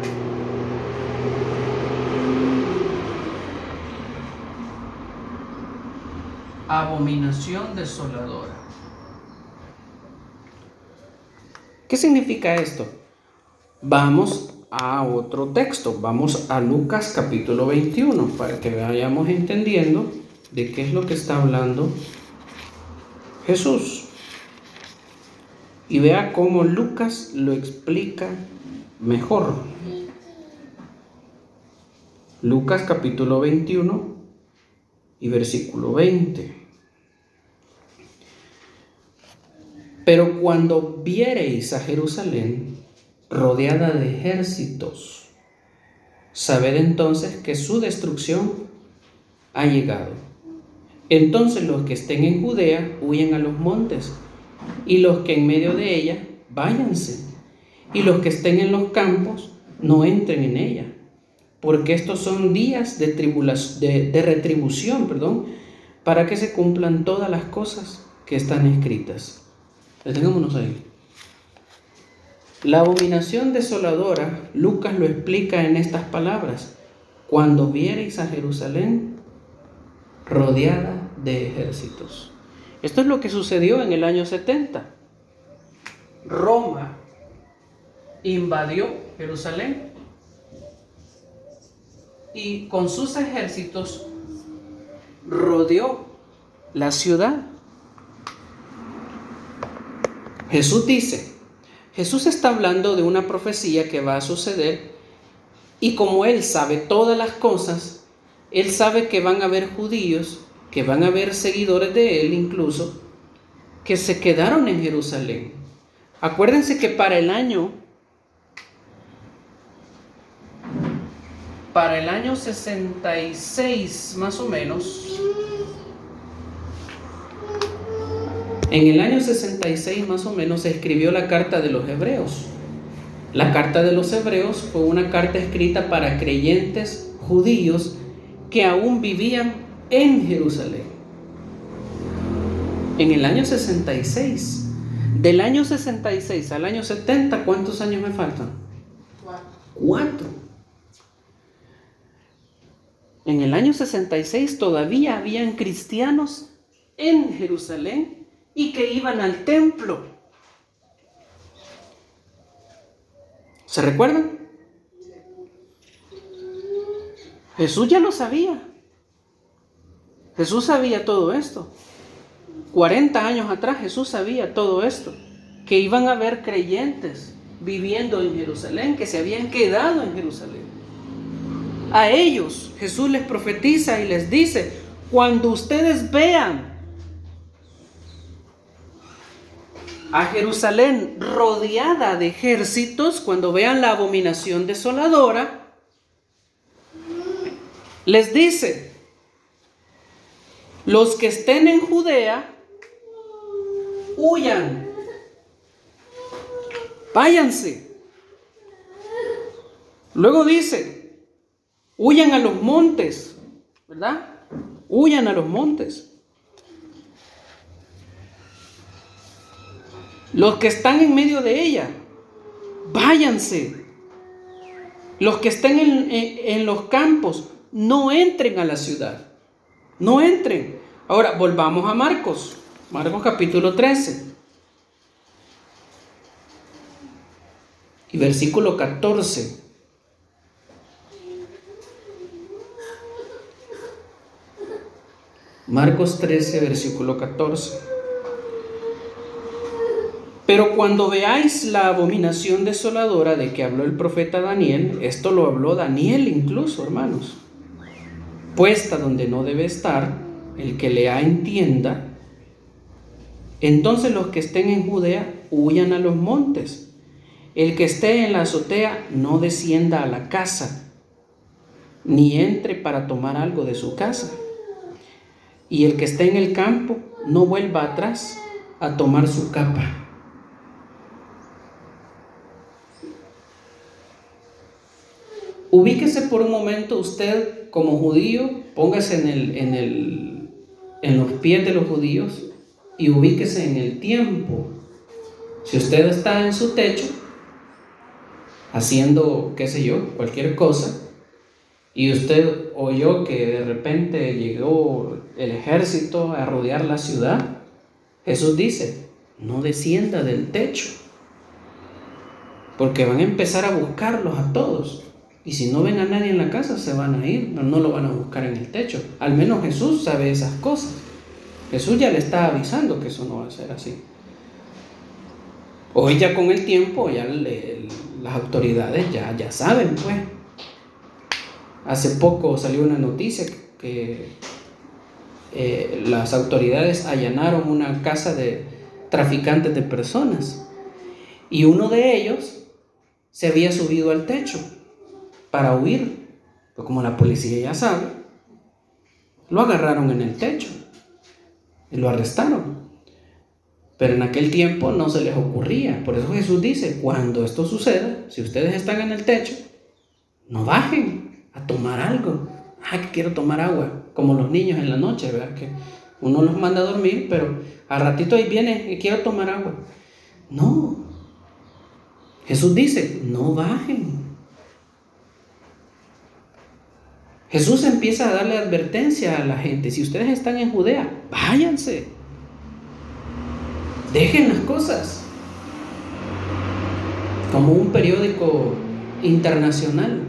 Speaker 1: Abominación desoladora. ¿Qué significa esto? Vamos a otro texto, vamos a Lucas capítulo 21 para que vayamos entendiendo de qué es lo que está hablando Jesús. Y vea cómo Lucas lo explica mejor. Lucas capítulo 21 y versículo 20. Pero cuando viereis a Jerusalén rodeada de ejércitos, sabed entonces que su destrucción ha llegado. Entonces los que estén en Judea huyen a los montes, y los que en medio de ella váyanse, y los que estén en los campos no entren en ella, porque estos son días de retribución, para que se cumplan todas las cosas que están escritas. Detengámonos ahí. La abominación desoladora, Lucas lo explica en estas palabras: cuando viereis a Jerusalén rodeada de ejércitos. Esto es lo que sucedió en el año 70. Roma invadió Jerusalén y con sus ejércitos rodeó la ciudad. Jesús está hablando de una profecía que va a suceder, y como Él sabe todas las cosas, Él sabe que van a haber judíos, que van a haber seguidores de Él incluso, que se quedaron en Jerusalén. Acuérdense que para el año 66 más o menos, en el año 66 más o menos se escribió la carta de los Hebreos. La carta de los Hebreos fue una carta escrita para creyentes judíos que aún vivían en Jerusalén. En el año 66. Del año 66 al año 70, ¿cuántos años me faltan? 4. En el año 66 todavía habían cristianos en Jerusalén y que iban al templo. ¿Se recuerdan? Jesús ya lo sabía. Jesús sabía todo esto. 40 años atrás Jesús sabía todo esto, que iban a haber creyentes viviendo en Jerusalén, que se habían quedado en Jerusalén. A ellos Jesús les profetiza y les dice: cuando ustedes vean a Jerusalén rodeada de ejércitos, cuando vean la abominación desoladora, les dice: los que estén en Judea, huyan, váyanse. Luego dice: huyan a los montes, ¿verdad? Huyan a los montes. Los que están en medio de ella, váyanse. Los que estén en los campos, no entren a la ciudad. No entren. Ahora, volvamos a Marcos. Marcos capítulo 13. Y versículo 14. Marcos 13, versículo 14. Pero cuando veáis la abominación desoladora de que habló el profeta Daniel, esto lo habló Daniel incluso, hermanos, puesta donde no debe estar, el que lea entienda, entonces los que estén en Judea huyan a los montes. El que esté en la azotea no descienda a la casa, ni entre para tomar algo de su casa. Y el que esté en el campo no vuelva atrás a tomar su capa. Ubíquese por un momento usted como judío, póngase en los pies de los judíos y ubíquese en el tiempo. Si usted está en su techo haciendo, qué sé yo, cualquier cosa, y usted oyó que de repente llegó el ejército a rodear la ciudad, Jesús dice, no descienda del techo, porque van a empezar a buscarlos a todos. Y si no ven a nadie en la casa, se van a ir, pero no lo van a buscar en el techo. Al menos Jesús sabe esas cosas. Jesús ya le está avisando que eso no va a ser así. Hoy ya con el tiempo, ya las autoridades ya saben, pues. Hace poco salió una noticia que las autoridades allanaron una casa de traficantes de personas. Y uno de ellos se había subido al techo para huir, pero como la policía ya sabe, lo agarraron en el techo y lo arrestaron. Pero en aquel tiempo no se les ocurría. Por eso Jesús dice, cuando esto suceda, si ustedes están en el techo, no bajen a tomar algo. Que quiero tomar agua, como los niños en la noche, ¿verdad? Que uno los manda a dormir, pero al ratito ahí viene y quiero tomar agua. No. Jesús dice, no bajen. Jesús empieza a darle advertencia a la gente. Si ustedes están en Judea, váyanse. Dejen las cosas. Como un periódico internacional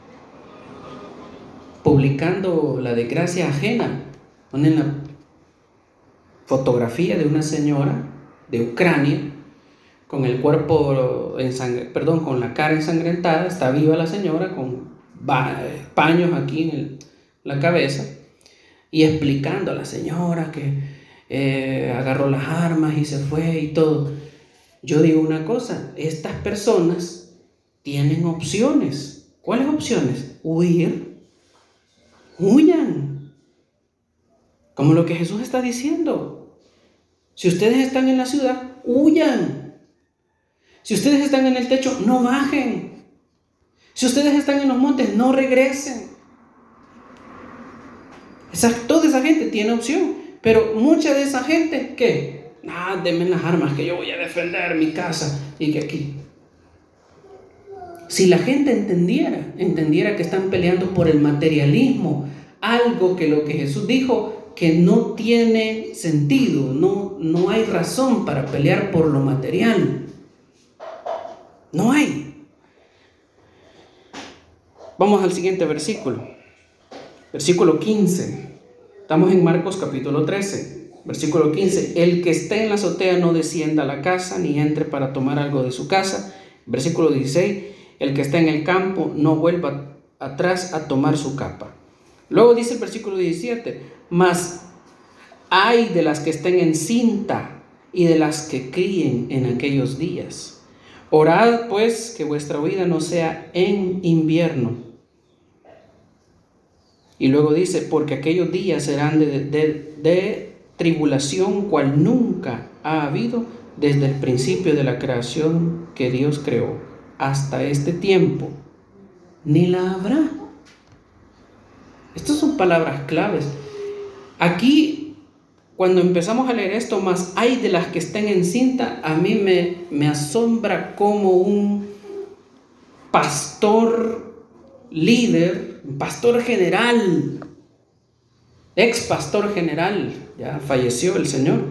Speaker 1: publicando la desgracia ajena, ponen la fotografía de una señora de Ucrania con el cuerpo con la cara ensangrentada. Está viva la señora con paños aquí en la cabeza, y explicando a la señora que agarró las armas y se fue y todo. Yo digo una cosa, estas personas tienen opciones. ¿Cuáles opciones? Huir. Huyan. Como lo que Jesús está diciendo. Si ustedes están en la ciudad, huyan. Si ustedes están en el techo, no bajen. Si ustedes están en los montes, no regresen. Toda esa gente tiene opción. Pero mucha de esa gente, ¿qué? Denme las armas que yo voy a defender mi casa. Y que aquí. Si la gente entendiera que están peleando por el materialismo, algo que lo que Jesús dijo, que no tiene sentido, no hay razón para pelear por lo material. No hay. Vamos al siguiente versículo. Versículo 15. Estamos en Marcos capítulo 13. Versículo 15. El que esté en la azotea no descienda a la casa, ni entre para tomar algo de su casa. Versículo 16. El que está en el campo no vuelva atrás a tomar su capa. Luego dice el versículo 17. Mas ay de las que estén encinta y de las que críen en aquellos días. Orad pues que vuestra huida no sea en invierno. Y luego dice, porque aquellos días serán de tribulación cual nunca ha habido desde el principio de la creación que Dios creó hasta este tiempo, ni la habrá. Estas son palabras claves. Aquí, cuando empezamos a leer esto, más hay de las que estén encinta, a mí me asombra cómo un pastor líder, un pastor general, ex pastor general, ya falleció el señor.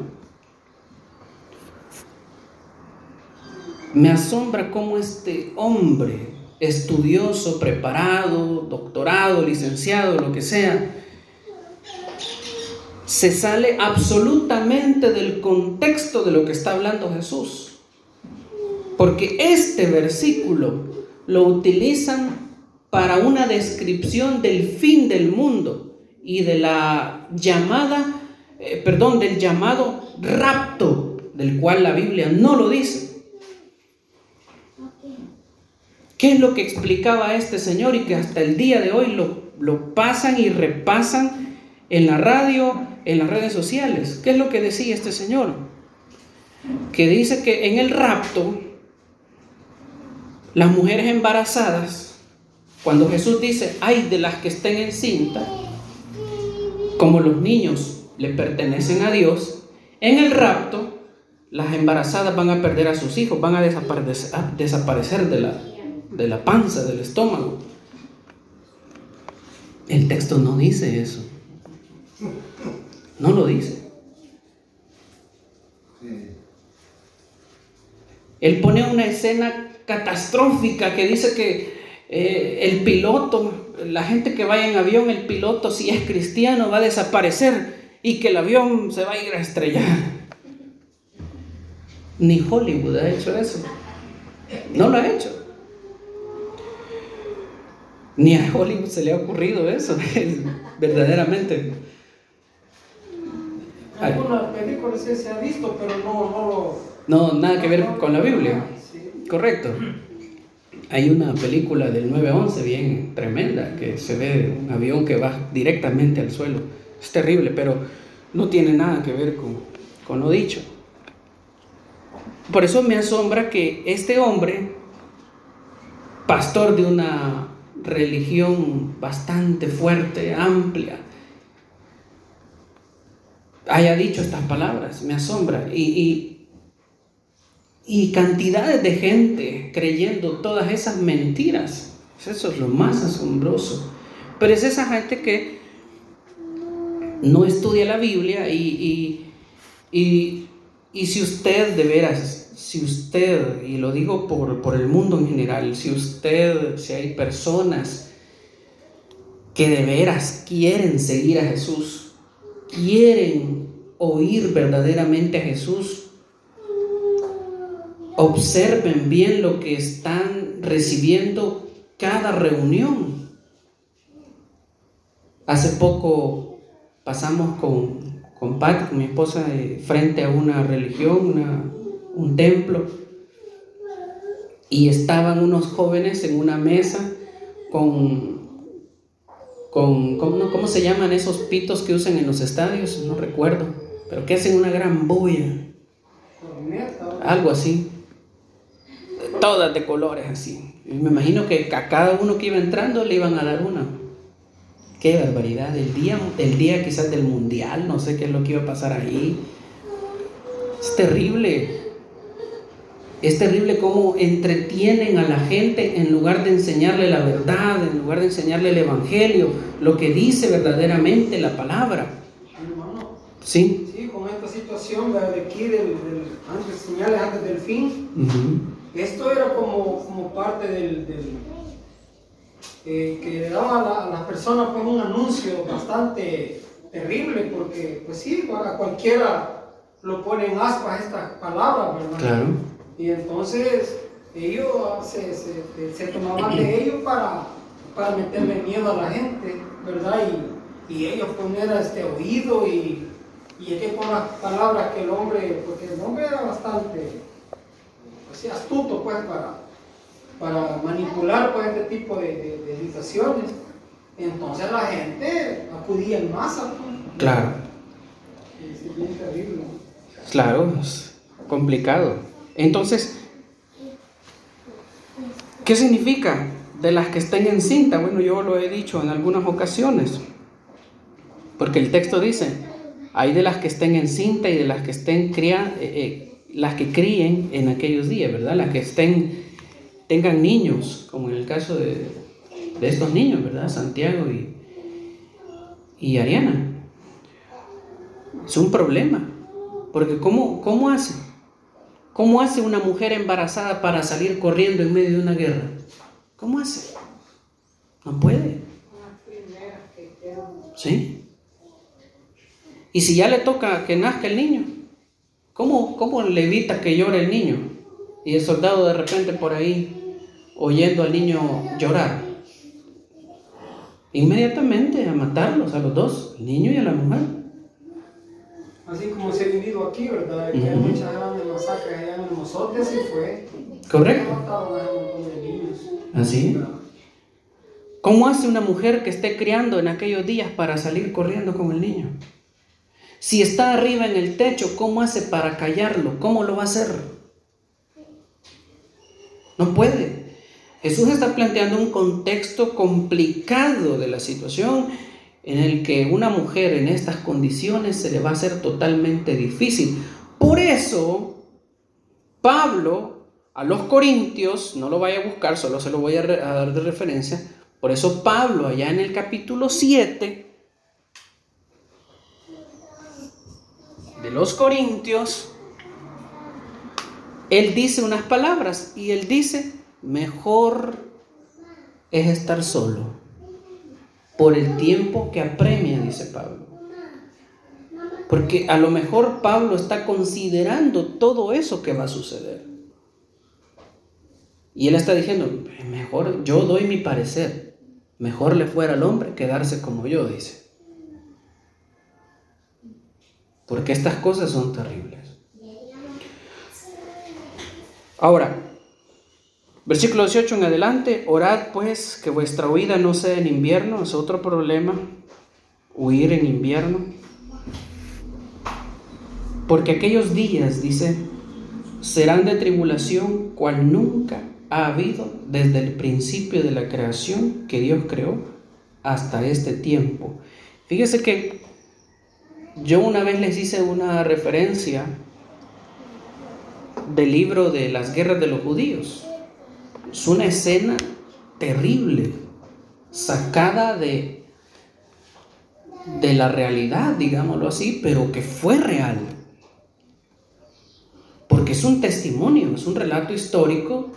Speaker 1: Me asombra cómo este hombre estudioso, preparado, doctorado, licenciado, lo que sea, se sale absolutamente del contexto de lo que está hablando Jesús. Porque este versículo lo utilizan para una descripción del fin del mundo y de la llamada, del llamado rapto, del cual la Biblia no lo dice. ¿Qué es lo que explicaba este señor y que hasta el día de hoy lo pasan y repasan en la radio, en las redes sociales? ¿Qué es lo que decía este señor? Que dice que en el rapto, las mujeres embarazadas, cuando Jesús dice, ay de las que estén encintas, como los niños le pertenecen a Dios, en el rapto, las embarazadas van a perder a sus hijos, van a desaparecer de la panza, del estómago. El texto no dice eso. No lo dice. Él pone una escena catastrófica que dice que el piloto, la gente que vaya en avión, el piloto, si es cristiano, va a desaparecer y que el avión se va a ir a estrellar. Ni Hollywood ha hecho eso. No lo ha hecho. Ni a Hollywood se le ha ocurrido eso, verdaderamente.
Speaker 2: Algunas películas sí se ha visto, pero
Speaker 1: no, nada que ver con la Biblia.
Speaker 2: Sí.
Speaker 1: Correcto. Hay una película del 9/11 bien tremenda, que se ve un avión que va directamente al suelo. Es terrible, pero no tiene nada que ver con lo dicho. Por eso me asombra que este hombre, pastor de una religión bastante fuerte, amplia, haya dicho estas palabras. Me asombra. Y cantidades de gente creyendo todas esas mentiras. Eso es lo más asombroso. Pero es esa gente que no estudia la Biblia y si usted de veras, y lo digo por el mundo en general, si hay personas que de veras quieren seguir a Jesús, quieren oír verdaderamente a Jesús, observen bien lo que están recibiendo cada reunión. Hace poco pasamos con Pat, con mi esposa, frente a una religión, un templo, y estaban unos jóvenes en una mesa ¿cómo se llaman esos pitos que usan en los estadios? No recuerdo, pero que hacen una gran bulla, algo así, todas de colores así. Y me imagino que a cada uno que iba entrando le iban a dar una. Qué barbaridad. El día quizás del mundial, no sé qué es lo que iba a pasar ahí. Es terrible. Es terrible cómo entretienen a la gente en lugar de enseñarle la verdad, en lugar de enseñarle el evangelio, lo que dice verdaderamente la palabra.
Speaker 2: Hermano,
Speaker 1: ¿Sí?
Speaker 2: sí, con esta situación de aquí señales antes del fin, esto era como parte que le daban a las personas pues un anuncio bastante terrible, porque pues sí, a cualquiera lo ponen aspas estas palabras, ¿verdad?
Speaker 1: Claro.
Speaker 2: Y entonces ellos se tomaban de ellos para meterle miedo a la gente, ¿verdad? Y ellos poner oído y es que con las palabras que el hombre, porque el hombre era bastante pues, astuto pues para manipular pues este tipo de situaciones. Entonces la gente acudía en masa. Pues.
Speaker 1: Claro.
Speaker 2: Es bien terrible.
Speaker 1: Claro, es complicado. Entonces, ¿qué significa de las que estén encinta? Bueno, yo lo he dicho en algunas ocasiones, porque el texto dice, hay de las que estén encinta y de las que estén las que críen en aquellos días, ¿verdad? Las que tengan niños, como en el caso de estos niños, ¿verdad? Santiago y Ariana. Es un problema, porque ¿cómo hace? ¿Cómo hace una mujer embarazada para salir corriendo en medio de una guerra? ¿Cómo hace? No puede. ¿Sí? Y si ya le toca que nazca el niño, ¿cómo le evita que llore el niño? Y el soldado de repente por ahí oyendo al niño llorar. Inmediatamente a matarlos a los dos, el niño y a la mujer.
Speaker 2: Así como se ha vivido aquí, ¿verdad? Que hay muchas grandes masacres allá en el Mozote, sí fue.
Speaker 1: Correcto.
Speaker 2: Mataron a un montón de niños.
Speaker 1: Así. ¿Cómo hace una mujer que esté criando en aquellos días para salir corriendo con el niño? Si está arriba en el techo, ¿cómo hace para callarlo? ¿Cómo lo va a hacer? No puede. Jesús está planteando un contexto complicado de la situación en el que una mujer en estas condiciones se le va a hacer totalmente difícil. Por eso, Pablo a los Corintios, no lo vaya a buscar, solo se lo voy a dar de referencia. Por eso Pablo allá en el capítulo 7 de los Corintios, él dice unas palabras y él dice, mejor es estar solo por el tiempo que apremia, dice Pablo. Porque a lo mejor Pablo está considerando todo eso que va a suceder. Y él está diciendo, mejor yo doy mi parecer, mejor le fuera al hombre quedarse como yo, dice. Porque estas cosas son terribles. Ahora, versículo 18 en adelante, orad pues que vuestra huida no sea en invierno, es otro problema, huir en invierno. Porque aquellos días, dice, serán de tribulación cual nunca ha habido desde el principio de la creación que Dios creó hasta este tiempo. Fíjese que yo una vez les hice una referencia del libro de las guerras de los judíos. Es una escena terrible, sacada de la realidad, digámoslo así, pero que fue real. Porque es un testimonio, es un relato histórico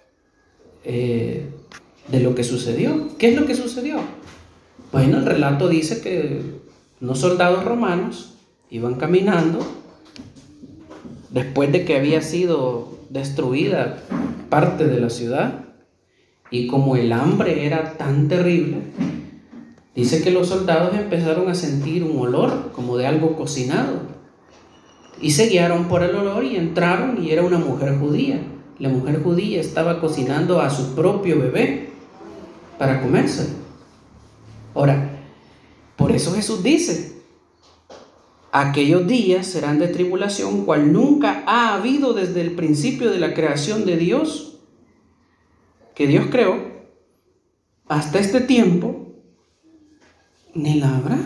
Speaker 1: de lo que sucedió. ¿Qué es lo que sucedió? Bueno, el relato dice que unos soldados romanos iban caminando después de que había sido destruida parte de la ciudad, y como el hambre era tan terrible, dice que los soldados empezaron a sentir un olor como de algo cocinado, y se guiaron por el olor y entraron, y era una mujer judía. La mujer judía estaba cocinando a su propio bebé para comérselo. Ahora, por eso Jesús dice, aquellos días serán de tribulación cual nunca ha habido desde el principio de la creación de Dios, que Dios creó, hasta este tiempo, ni la habrá.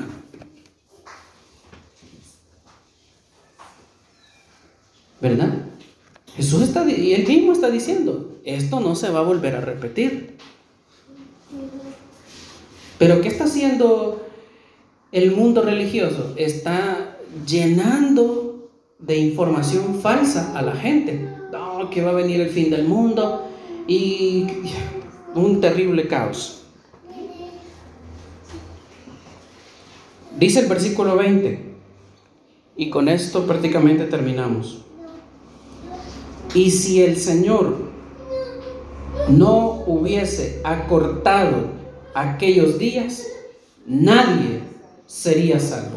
Speaker 1: ¿Verdad? Jesús y él mismo está diciendo, esto no se va a volver a repetir. Pero ¿qué está haciendo el mundo religioso? Está llenando de información falsa a la gente. No, que va a venir el fin del mundo y un terrible caos. Dice el versículo 20, y con esto prácticamente terminamos. Y si el Señor no hubiese acortado aquellos días, nadie sería salvo.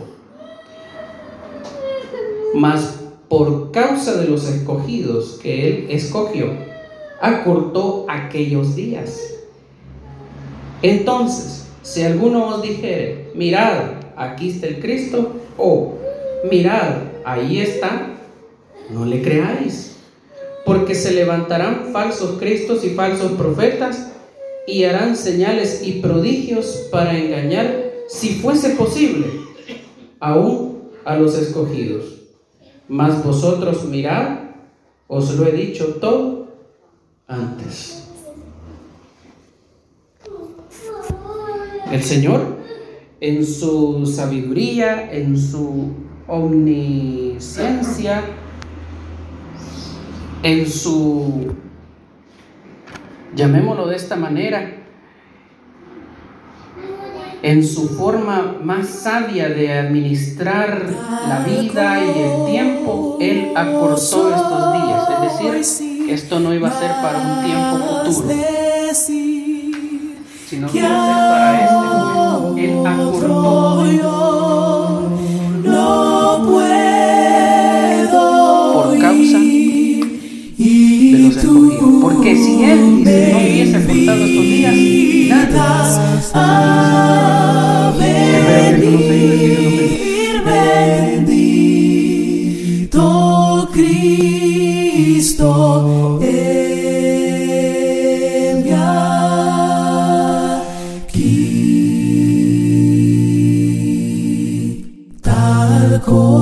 Speaker 1: Mas por causa de los escogidos que Él escogió, acortó aquellos días. Entonces, si alguno os dijere, mirad, aquí está el Cristo, o mirad, ahí está, no le creáis. Porque se levantarán falsos cristos y falsos profetas y harán señales y prodigios para engañar, si fuese posible, aún a los escogidos. Mas vosotros mirad, os lo he dicho todo antes. El Señor, en su sabiduría, en su omnisciencia, en su, llamémoslo de esta manera, en su forma más sabia de administrar la vida y el tiempo, Él acortó estos días. Es decir, esto no iba a ser para un tiempo futuro, sino que iba a ser para este momento. Él acortó por causa de los escogidos. Porque si Él dice, no hubiese acortado estos días, nada.
Speaker 4: Bendito Cristo, heme aquí, tal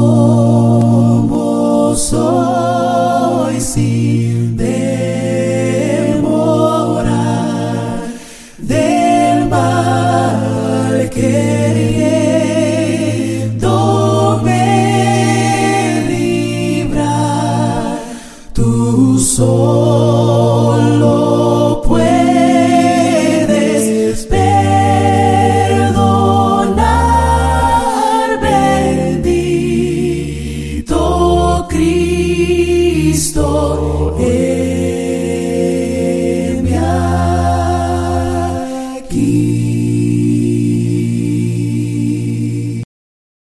Speaker 4: como soy, sin demora, del mal queriendo me librar. Tú solo puedes perdonar. Bendito Cristo.